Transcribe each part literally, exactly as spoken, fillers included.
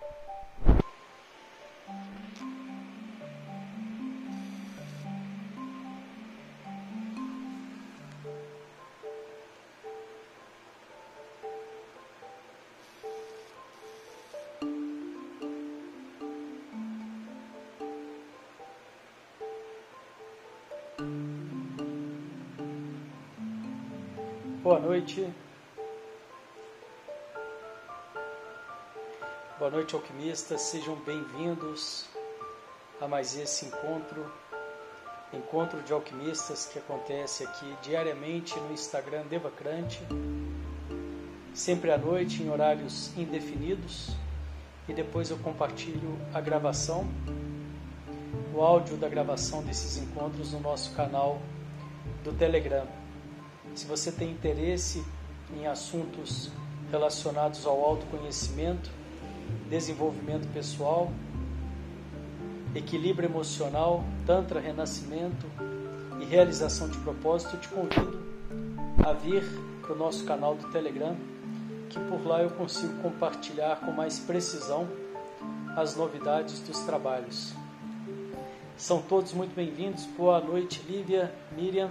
Boa noite. Boa noite, alquimistas. Sejam bem-vindos a mais esse encontro, encontro de alquimistas que acontece aqui diariamente no Instagram Devacrante, sempre à noite em horários indefinidos, e depois eu compartilho a gravação, o áudio da gravação desses encontros no nosso canal do Telegram. Se você tem interesse em assuntos relacionados ao autoconhecimento, desenvolvimento pessoal, equilíbrio emocional, tantra, renascimento e realização de propósito, eu te convido a vir para o nosso canal do Telegram, que por lá eu consigo compartilhar com mais precisão as novidades dos trabalhos. São todos muito bem-vindos. Boa noite, Lívia, Miriam.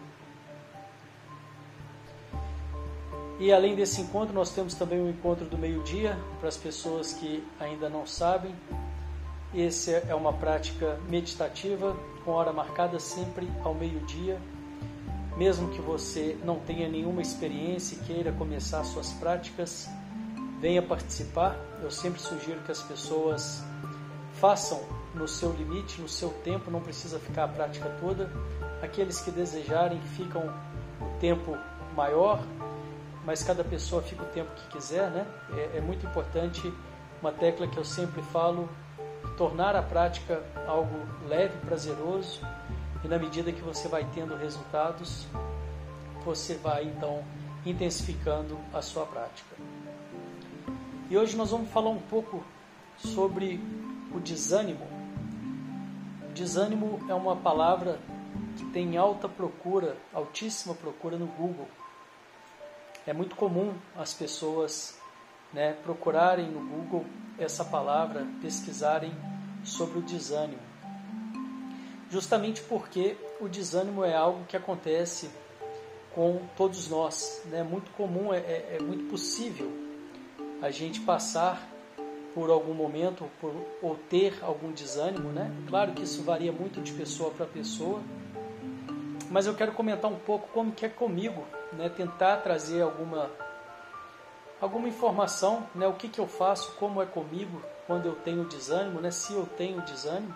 E além desse encontro, nós temos também um encontro do meio-dia, para as pessoas que ainda não sabem. Essa é uma prática meditativa, com hora marcada sempre ao meio-dia. Mesmo que você não tenha nenhuma experiência e queira começar suas práticas, venha participar. Eu sempre sugiro que as pessoas façam no seu limite, no seu tempo, não precisa ficar a prática toda. Aqueles que desejarem ficam o tempo maior, mas cada pessoa fica o tempo que quiser, né? É, é muito importante, uma tecla que eu sempre falo, tornar a prática algo leve, prazeroso, e na medida que você vai tendo resultados, você vai então intensificando a sua prática. E hoje nós vamos falar um pouco sobre o desânimo. Desânimo é uma palavra que tem alta procura, altíssima procura no Google. É muito comum as pessoas, né, procurarem no Google essa palavra, pesquisarem sobre o desânimo. Justamente porque o desânimo é algo que acontece com todos nós. É, né? Muito comum, é, é, é muito possível a gente passar por algum momento por, ou ter algum desânimo, né? Claro que isso varia muito de pessoa para pessoa, mas eu quero comentar um pouco como que é comigo, né? Tentar trazer alguma, alguma informação, né? O que, que eu faço, como é comigo quando eu tenho desânimo, né? Se eu tenho desânimo.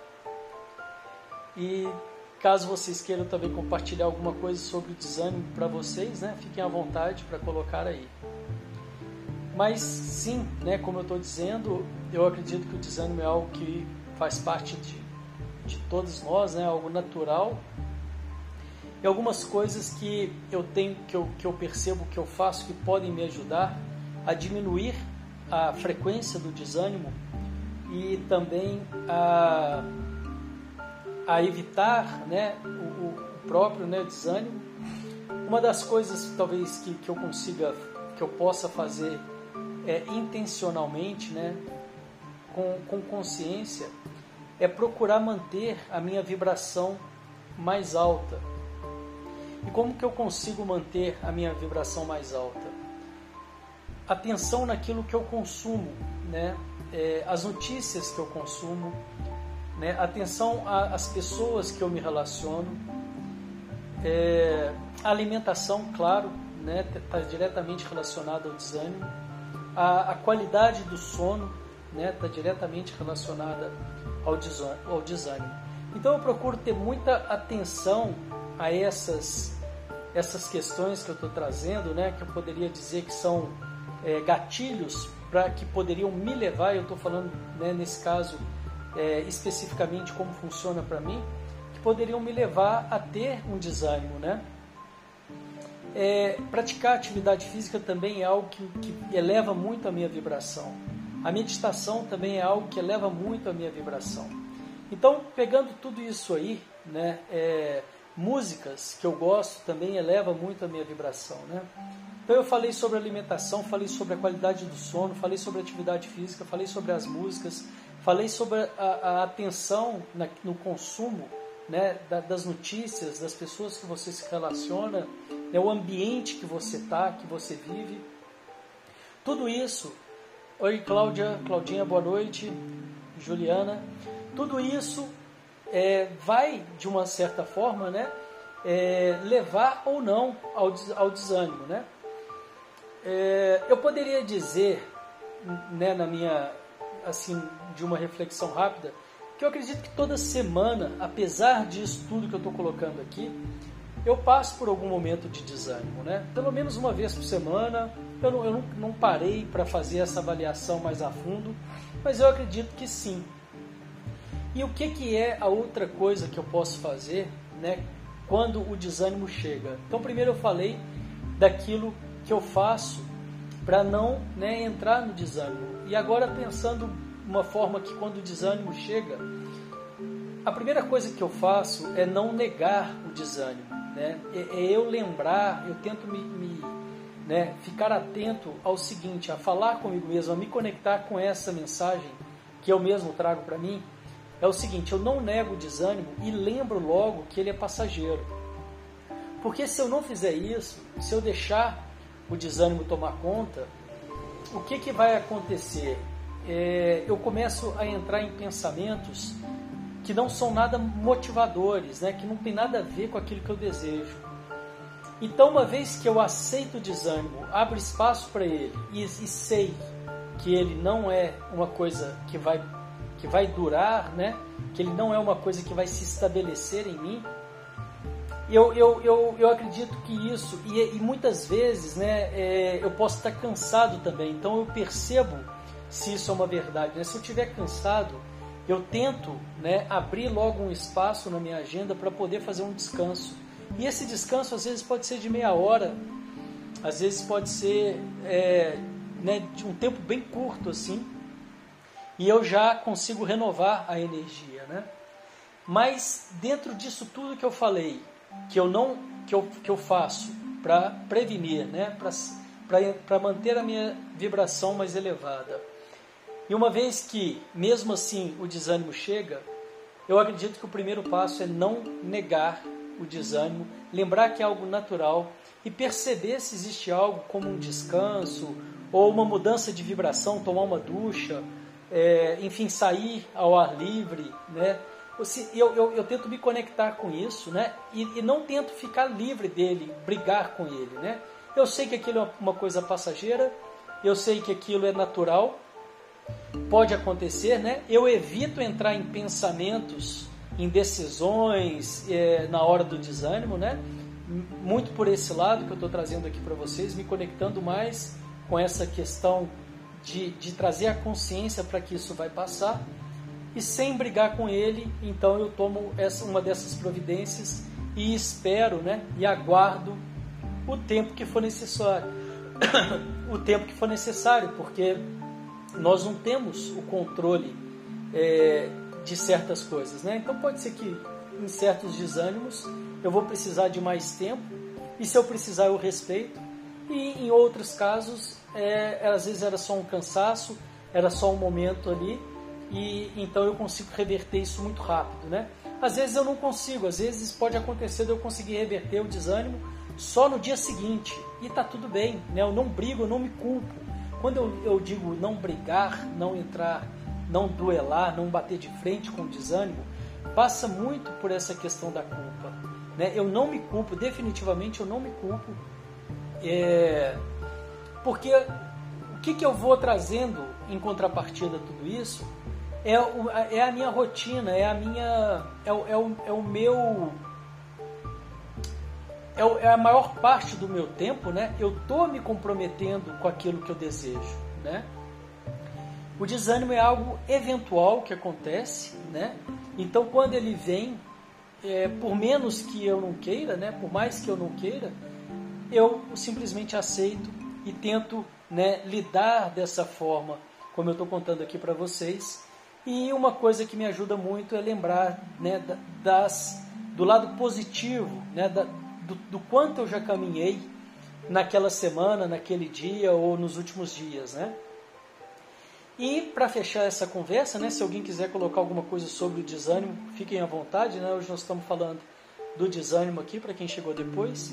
E caso vocês queiram também compartilhar alguma coisa sobre o desânimo para vocês, né? Fiquem à vontade para colocar aí. Mas sim, né? Como eu estou dizendo, eu acredito que o desânimo é algo que faz parte de, de todos nós, né? Algo natural. E algumas coisas que eu tenho, que eu, que eu percebo que eu faço, que podem me ajudar a diminuir a frequência do desânimo e também a, a evitar, né, o, o próprio, né, desânimo. Uma das coisas talvez que, que eu consiga, que eu possa fazer é, intencionalmente, né, com, com consciência, é procurar manter a minha vibração mais alta. E como que eu consigo manter a minha vibração mais alta? Atenção naquilo que eu consumo, né? É, as notícias que eu consumo, né? Atenção às pessoas que eu me relaciono, é, a alimentação, claro, né? Está diretamente relacionada ao desânimo, a, a qualidade do sono, né? Está diretamente relacionada ao desânimo, ao desânimo. Então eu procuro ter muita atenção a essas, essas questões que eu estou trazendo, né, que eu poderia dizer que são é, gatilhos para que poderiam me levar, eu estou falando, né, nesse caso é, especificamente como funciona para mim, que poderiam me levar a ter um desânimo, né? É, praticar atividade física também é algo que, que eleva muito a minha vibração. A meditação também é algo que eleva muito a minha vibração. Então, pegando tudo isso aí, né, é, músicas que eu gosto também eleva muito a minha vibração, né? Então eu falei sobre alimentação, falei sobre a qualidade do sono, falei sobre atividade física, falei sobre as músicas, falei sobre a, a atenção na, no consumo, né, da, das notícias, das pessoas que você se relaciona, né, o ambiente que você está, que você vive. Tudo isso... Oi, Cláudia, Claudinha, boa noite. Juliana. Tudo isso é, vai, de uma certa forma, né, é, levar ou não ao, ao desânimo, né? É, eu poderia dizer, né, na minha, assim, de uma reflexão rápida, que eu acredito que toda semana, apesar disso tudo que eu estou colocando aqui, eu passo por algum momento de desânimo, né? Pelo menos uma vez por semana. Eu não, eu não, não parei para fazer essa avaliação mais a fundo, mas eu acredito que sim. E o que, que é a outra coisa que eu posso fazer, né, quando o desânimo chega? Então, primeiro eu falei daquilo que eu faço para não, né, entrar no desânimo. E agora, pensando uma forma que quando o desânimo chega, a primeira coisa que eu faço é não negar o desânimo, né? É, é eu lembrar, eu tento me, me, né, ficar atento ao seguinte, a falar comigo mesmo, a me conectar com essa mensagem que eu mesmo trago para mim. É o seguinte, eu não nego o desânimo e lembro logo que ele é passageiro. Porque se eu não fizer isso, se eu deixar o desânimo tomar conta, o que, que vai acontecer? É, eu começo a entrar em pensamentos que não são nada motivadores, né? Que não tem nada a ver com aquilo que eu desejo. Então, uma vez que eu aceito o desânimo, abro espaço para ele e, e sei que ele não é uma coisa que vai, que vai durar, né? Que ele não é uma coisa que vai se estabelecer em mim, Eu, eu, eu, eu acredito que isso, e, e muitas vezes, né, é, eu posso estar cansado também, então eu percebo se isso é uma verdade, né? Se eu estiver cansado, eu tento, né, abrir logo um espaço na minha agenda para poder fazer um descanso. E esse descanso às vezes pode ser de meia hora, às vezes pode ser é, né, de um tempo bem curto assim, e eu já consigo renovar a energia, né? Mas dentro disso tudo que eu falei, que eu não que eu, que eu faço para prevenir, né, para manter a minha vibração mais elevada. E uma vez que, mesmo assim, o desânimo chega, eu acredito que o primeiro passo é não negar o desânimo, lembrar que é algo natural e perceber se existe algo como um descanso ou uma mudança de vibração, tomar uma ducha, é, enfim, sair ao ar livre, né? Eu, eu, eu tento me conectar com isso, né? E, e não tento ficar livre dele, brigar com ele, né? Eu sei que aquilo é uma coisa passageira, eu sei que aquilo é natural, pode acontecer, né? Eu evito entrar em pensamentos, em decisões, é, na hora do desânimo, né? Muito por esse lado que eu estou trazendo aqui para vocês, me conectando mais com essa questão de, de trazer a consciência para que isso vai passar. E sem brigar com ele, então eu tomo essa, uma dessas providências e espero, né, e aguardo o tempo que for necessário. o tempo que for necessário, porque nós não temos o controle é, de certas coisas, né? Então pode ser que em certos desânimos eu vou precisar de mais tempo, e se eu precisar eu respeito, e em outros casos, é, às vezes era só um cansaço, era só um momento ali, e então eu consigo reverter isso muito rápido, né? Às vezes eu não consigo, às vezes pode acontecer de eu conseguir reverter o desânimo só no dia seguinte, e tá tudo bem, né? Eu não brigo, eu não me culpo. Quando eu, eu digo não brigar, não entrar, não duelar, não bater de frente com o desânimo, passa muito por essa questão da culpa, né? Eu não me culpo, definitivamente eu não me culpo, é... porque o que, que eu vou trazendo em contrapartida a tudo isso É, o, é a minha rotina, é a minha, é o, é o, é o meu, é, o, é a maior parte do meu tempo, né? Eu estou me comprometendo com aquilo que eu desejo, né? O desânimo é algo eventual que acontece, né? Então quando ele vem, é, por menos que eu não queira, né? Por mais que eu não queira, eu simplesmente aceito e tento, né, lidar dessa forma, como eu estou contando aqui para vocês. E uma coisa que me ajuda muito é lembrar, né, das, do lado positivo, né, da, do, do quanto eu já caminhei naquela semana, naquele dia ou nos últimos dias, né? E para fechar essa conversa, né, se alguém quiser colocar alguma coisa sobre o desânimo, fiquem à vontade, né? Hoje nós estamos falando do desânimo aqui, para quem chegou depois.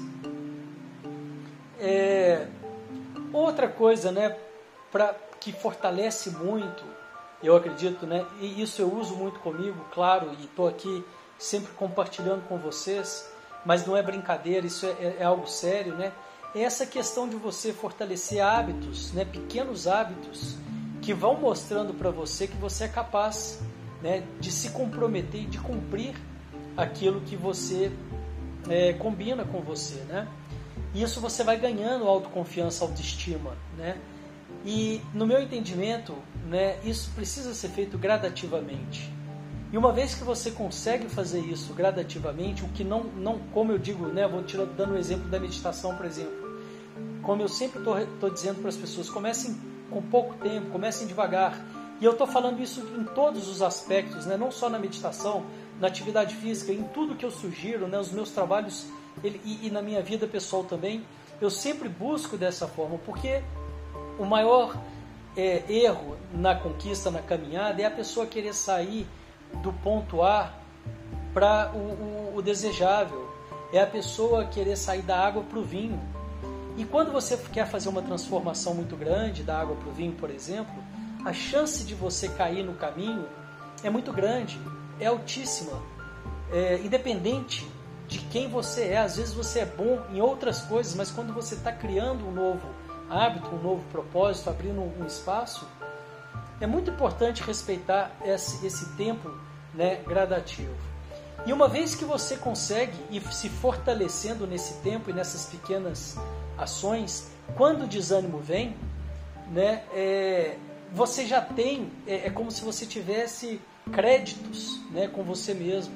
É, outra coisa, né, pra, que fortalece muito, eu acredito, né, e isso eu uso muito comigo, claro, e estou aqui sempre compartilhando com vocês, mas não é brincadeira, isso é, é algo sério, né? É essa questão de você fortalecer hábitos, né, pequenos hábitos, que vão mostrando para você que você é capaz, né, de se comprometer e de cumprir aquilo que você é, combina com você, né? E isso você vai ganhando autoconfiança, autoestima, né? E no meu entendimento, né, isso precisa ser feito gradativamente. E uma vez que você consegue fazer isso gradativamente, o que não, não como eu digo, né, vou tirar, dando um exemplo da meditação, por exemplo. Como eu sempre estou dizendo para as pessoas, comecem com pouco tempo, comecem devagar. E eu estou falando isso em todos os aspectos, né? Não só na meditação, na atividade física, em tudo que eu sugiro, né? Os meus trabalhos ele, e, e na minha vida pessoal também, eu sempre busco dessa forma, porque o maior é, erro na conquista, na caminhada, é a pessoa querer sair do ponto A para o, o, o desejável, é a pessoa querer sair da água para o vinho. E quando você quer fazer uma transformação muito grande da água para o vinho, por exemplo, a chance de você cair no caminho é muito grande, é altíssima, é, independente de quem você é. Às vezes você é bom em outras coisas, mas quando você está criando um novo hábito, um novo propósito, abrindo um espaço, é muito importante respeitar esse, esse tempo, né, gradativo. E uma vez que você consegue ir se fortalecendo nesse tempo e nessas pequenas ações, quando o desânimo vem, né, é, você já tem, é, é como se você tivesse créditos, né, com você mesmo.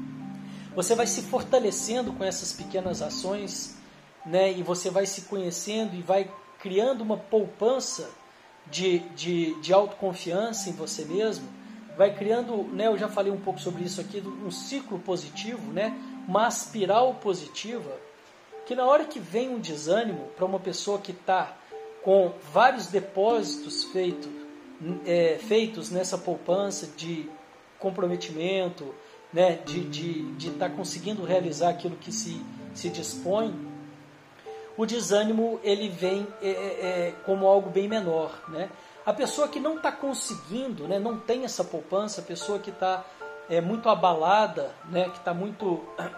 Você vai se fortalecendo com essas pequenas ações, né, e você vai se conhecendo e vai criando uma poupança de, de, de autoconfiança em você mesmo, vai criando, né, eu já falei um pouco sobre isso aqui, um ciclo positivo, né, uma espiral positiva, que na hora que vem um desânimo para uma pessoa que está com vários depósitos feito, é, feitos nessa poupança de comprometimento, né, de estar de, de tá conseguindo realizar aquilo que se, se dispõe, o desânimo ele vem é, é, como algo bem menor, né? A pessoa que não está conseguindo, né, não tem essa poupança, a pessoa que está é, muito abalada, né, que está muito...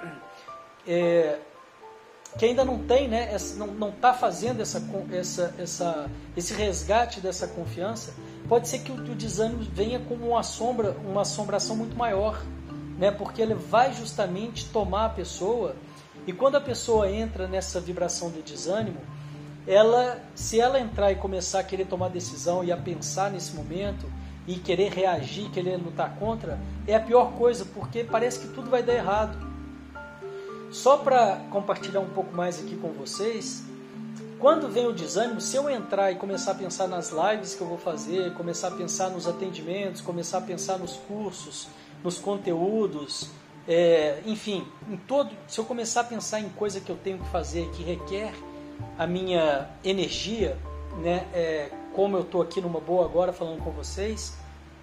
É, que ainda não tem, né, essa, não está fazendo essa, essa, essa, esse resgate dessa confiança, pode ser que o, o desânimo venha como uma sombra, uma assombração muito maior, né, porque ele vai justamente tomar a pessoa, e quando a pessoa entra nessa vibração do desânimo, ela, se ela entrar e começar a querer tomar decisão e a pensar nesse momento, e querer reagir, querer lutar contra, é a pior coisa, porque parece que tudo vai dar errado. Só para compartilhar um pouco mais aqui com vocês, quando vem o desânimo, se eu entrar e começar a pensar nas lives que eu vou fazer, começar a pensar nos atendimentos, começar a pensar nos cursos, nos conteúdos, é, enfim, em todo, se eu começar a pensar em coisa que eu tenho que fazer, que requer a minha energia, né, é, como eu estou aqui numa boa agora falando com vocês,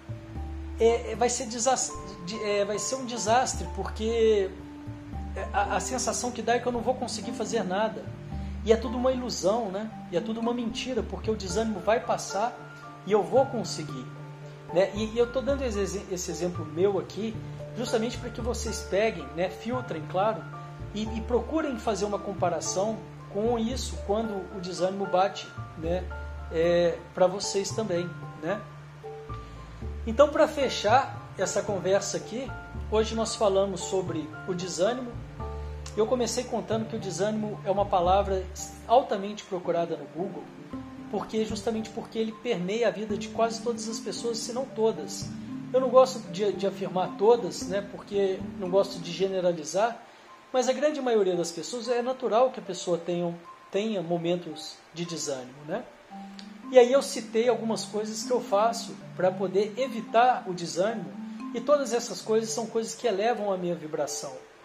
é, vai ser desastre, é, vai ser um desastre, porque a, a sensação que dá é que eu não vou conseguir fazer nada. E é tudo uma ilusão, né? E é tudo uma mentira, porque o desânimo vai passar e eu vou conseguir. Né? E, e eu estou dando esse, esse exemplo meu aqui, justamente para que vocês peguem, né? Filtrem, claro, e, e procurem fazer uma comparação com isso quando o desânimo bate, né? É, para vocês também, né? Então, para fechar essa conversa aqui, hoje nós falamos sobre o desânimo. Eu comecei contando que o desânimo é uma palavra altamente procurada no Google, porque justamente porque ele permeia a vida de quase todas as pessoas, se não todas. Eu não gosto de, de afirmar todas, né, porque não gosto de generalizar, mas a grande maioria das pessoas, é natural que a pessoa tenha, tenha momentos de desânimo, né? E aí eu citei algumas coisas que eu faço para poder evitar o desânimo, e todas essas coisas são coisas que elevam a minha vibração.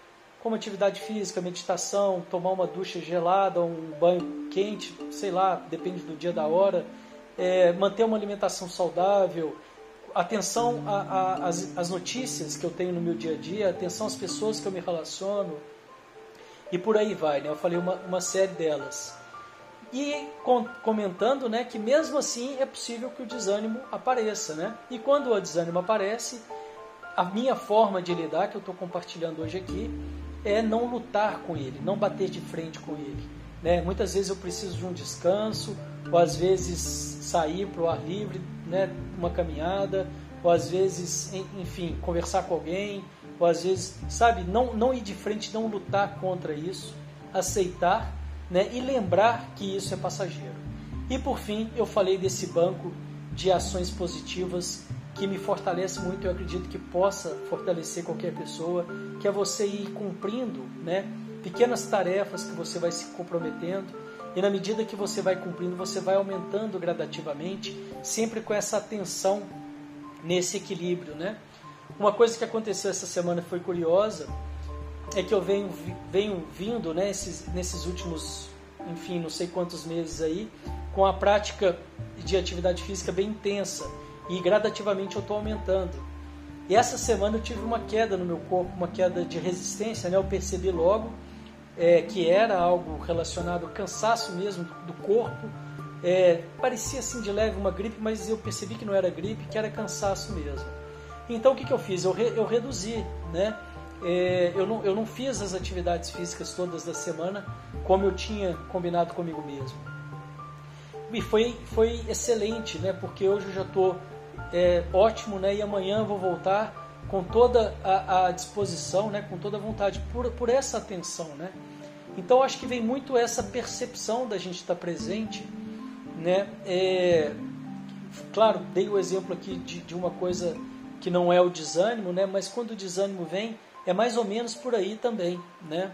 como atividade física, meditação, tomar uma ducha gelada, um banho quente, sei lá, depende do dia, da hora, é, manter uma alimentação saudável, atenção às notícias que eu tenho no meu dia a dia, atenção às pessoas que eu me relaciono, e por aí vai, né? Eu falei uma, uma série delas. E com, comentando, né, que mesmo assim é possível que o desânimo apareça, né? E quando o desânimo aparece, a minha forma de lidar, que eu estou compartilhando hoje aqui, é não lutar com ele, não bater de frente com ele, né? Muitas vezes eu preciso de um descanso, ou às vezes sair para o ar livre, né, uma caminhada, ou às vezes, enfim, conversar com alguém, ou às vezes, sabe, não, não ir de frente, não lutar contra isso, aceitar, né, e lembrar que isso é passageiro. E por fim, eu falei desse banco de ações positivas que me fortalece muito, eu acredito que possa fortalecer qualquer pessoa, que é você ir cumprindo, né, pequenas tarefas que você vai se comprometendo, e na medida que você vai cumprindo, você vai aumentando gradativamente, sempre com essa atenção nesse equilíbrio, né? Uma coisa que aconteceu essa semana foi curiosa, é que eu venho, venho vindo, né, esses, nesses últimos, enfim, não sei quantos meses aí, com a prática de atividade física bem intensa, e gradativamente eu estou aumentando. E essa semana eu tive uma queda no meu corpo, uma queda de resistência, né? Eu percebi logo é, que era algo relacionado ao cansaço mesmo do, do corpo. É, parecia assim de leve uma gripe, mas eu percebi que não era gripe, que era cansaço mesmo. Então o que, que eu fiz? Eu, re, eu reduzi, né? É, eu, não, eu não fiz as atividades físicas todas da semana como eu tinha combinado comigo mesmo. E foi, foi excelente, né? Porque hoje eu já estou é, ótimo, né? E amanhã eu vou voltar com toda a, a disposição, né? Com toda a vontade, por, por essa atenção, né? Então acho que vem muito essa percepção da gente estar presente, né? É, claro, dei o exemplo aqui de, de uma coisa que não é o desânimo, né? Mas quando o desânimo vem, é mais ou menos por aí também, né?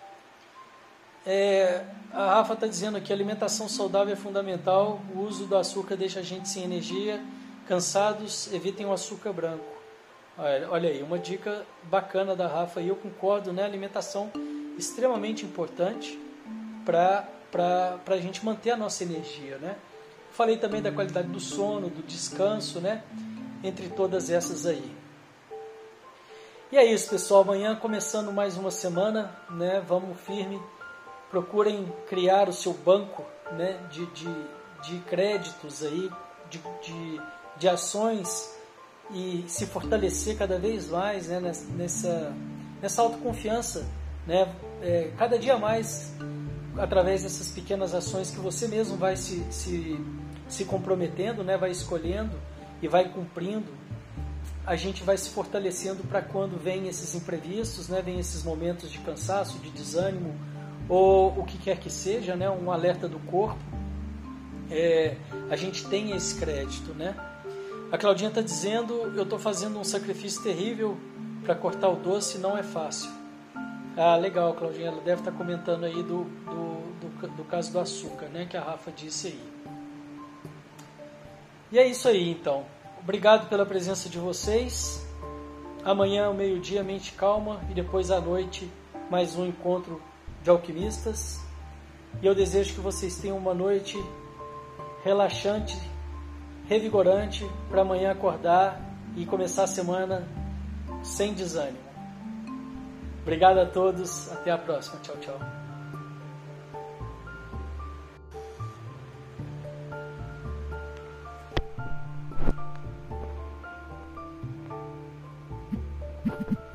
É, a Rafa está dizendo aqui, alimentação saudável é fundamental, o uso do açúcar deixa a gente sem energia, cansados, evitem o açúcar branco. Olha, olha aí, uma dica bacana da Rafa, e eu concordo, né? Alimentação extremamente importante para para a gente manter a nossa energia, né? Falei também da qualidade do sono, do descanso, né? Entre todas essas aí. E é isso, pessoal. Amanhã começando mais uma semana, né? Vamos firme. Procurem criar o seu banco, né? de, de, de créditos aí, de, de, de ações, e se fortalecer cada vez mais, né? nessa, nessa autoconfiança, né? É, cada dia mais, através dessas pequenas ações que você mesmo vai se, se, se comprometendo, né? Vai escolhendo e vai cumprindo, a gente vai se fortalecendo para quando vem esses imprevistos, né? Vem esses momentos de cansaço, de desânimo, ou o que quer que seja, né? Um alerta do corpo, é, a gente tem esse crédito, né? A Claudinha está dizendo, eu estou fazendo um sacrifício terrível para cortar o doce, não é fácil. Ah, legal, Claudinha, ela deve estar tá comentando aí do, do, do, do caso do açúcar, né? Que a Rafa disse aí. E é isso aí, então. Obrigado pela presença de vocês. Amanhã, ao meio-dia, mente calma, e depois à noite, mais um encontro de alquimistas. E eu desejo que vocês tenham uma noite relaxante, revigorante, para amanhã acordar e começar a semana sem desânimo. Obrigado a todos, até a próxima. Tchau, tchau. You